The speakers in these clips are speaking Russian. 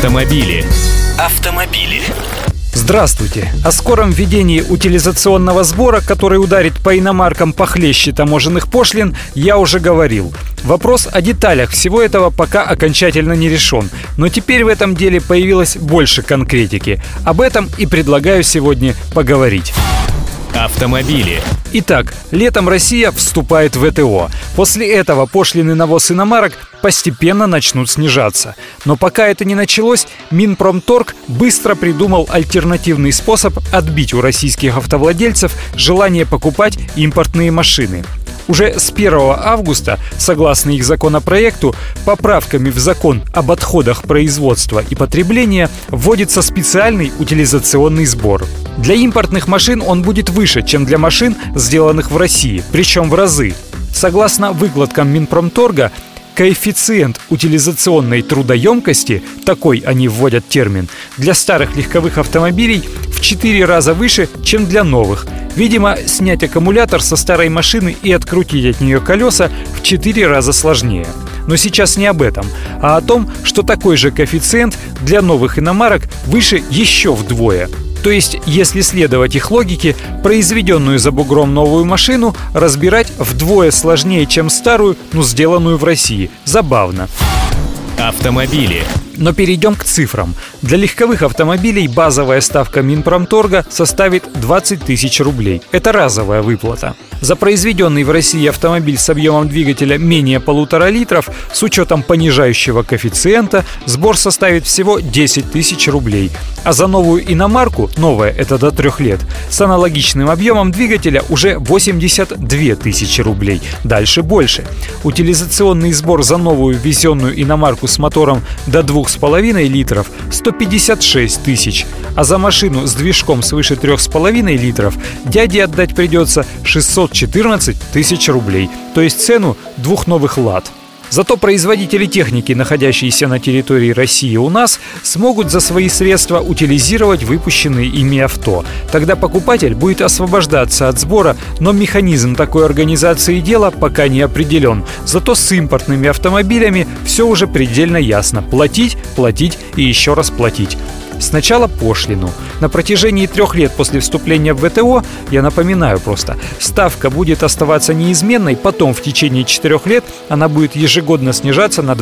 Автомобили. Здравствуйте! О скором введении утилизационного сбора, который ударит по иномаркам похлеще таможенных пошлин, я уже говорил. Вопрос о деталях всего этого пока окончательно не решен, но теперь в этом деле появилось больше конкретики. Об этом и предлагаю сегодня поговорить. Автомобили. Итак, летом Россия вступает в ВТО. После этого пошлины на ввоз иномарок постепенно начнут снижаться. Но пока это не началось, Минпромторг быстро придумал альтернативный способ отбить у российских автовладельцев желание покупать импортные машины. Уже с 1 августа, согласно их законопроекту, поправками в закон об отходах производства и потребления вводится специальный утилизационный сбор. Для импортных машин он будет выше, чем для машин, сделанных в России, причем в разы. Согласно выкладкам Минпромторга, коэффициент утилизационной трудоемкости, такой они вводят термин, для старых легковых автомобилей в 4 раза выше, чем для новых. Видимо, снять аккумулятор со старой машины и открутить от нее колеса в 4 раза сложнее. Но сейчас не об этом, а о том, что такой же коэффициент для новых иномарок выше еще вдвое. То есть, если следовать их логике, произведенную за бугром новую машину разбирать вдвое сложнее, чем старую, сделанную в России. Забавно. Автомобили. Но перейдем к цифрам. Для легковых автомобилей базовая ставка Минпромторга составит 20 тысяч рублей. Это разовая выплата. За произведенный в России автомобиль с объемом двигателя менее 1,5 литров с учетом понижающего коэффициента сбор составит всего 10 тысяч рублей. А за новую иномарку, новая это до 3 лет, с аналогичным объемом двигателя уже 82 тысячи рублей. Дальше больше. Утилизационный сбор за новую ввезенную иномарку с мотором до 2,5 литров 156 тысяч, а за машину с движком свыше 3,5 литров дяде отдать придется 614 тысяч рублей, то есть цену 2 новых «Лад». Зато производители техники, находящиеся на территории России у нас, смогут за свои средства утилизировать выпущенные ими авто. Тогда покупатель будет освобождаться от сбора, но механизм такой организации дела пока не определен. Зато с импортными автомобилями все уже предельно ясно. Платить, платить и еще раз платить. Сначала пошлину. На протяжении 3 лет после вступления в ВТО, я напоминаю просто, ставка будет оставаться неизменной, потом в течение 4 лет она будет ежегодно снижаться на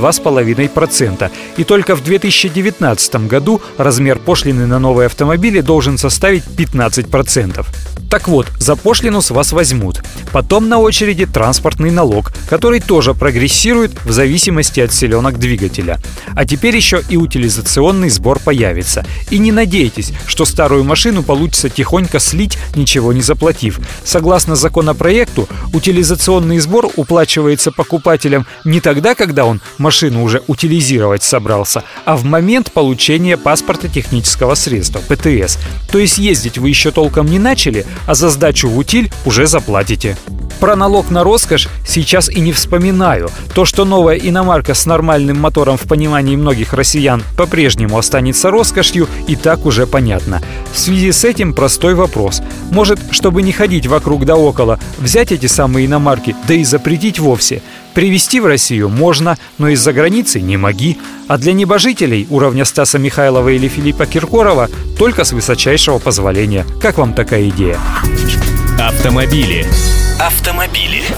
2,5%. И только в 2019 году размер пошлины на новые автомобили должен составить 15%. Так вот, за пошлину с вас возьмут. Потом на очереди транспортный налог, который тоже прогрессирует в зависимости от силенок двигателя. А теперь еще и утилизационный сбор появится. И не надейтесь, что старую машину получится тихонько слить, ничего не заплатив. Согласно законопроекту, утилизационный сбор уплачивается покупателям не тогда, когда он машину уже утилизировать собрался, а в момент получения паспорта технического средства, ПТС. То есть ездить вы еще толком не начали, а за сдачу в утиль уже заплатите. Про налог на роскошь сейчас и не вспоминаю. То, что новая иномарка с нормальным мотором в понимании многих россиян по-прежнему останется роскошью, и так уже понятно. В связи с этим простой вопрос. Может, чтобы не ходить вокруг да около, взять эти самые иномарки, да и запретить вовсе? Привезти в Россию можно, но из-за границы не моги. А для небожителей уровня Стаса Михайлова или Филиппа Киркорова только с высочайшего позволения. Как вам такая идея? Автомобили.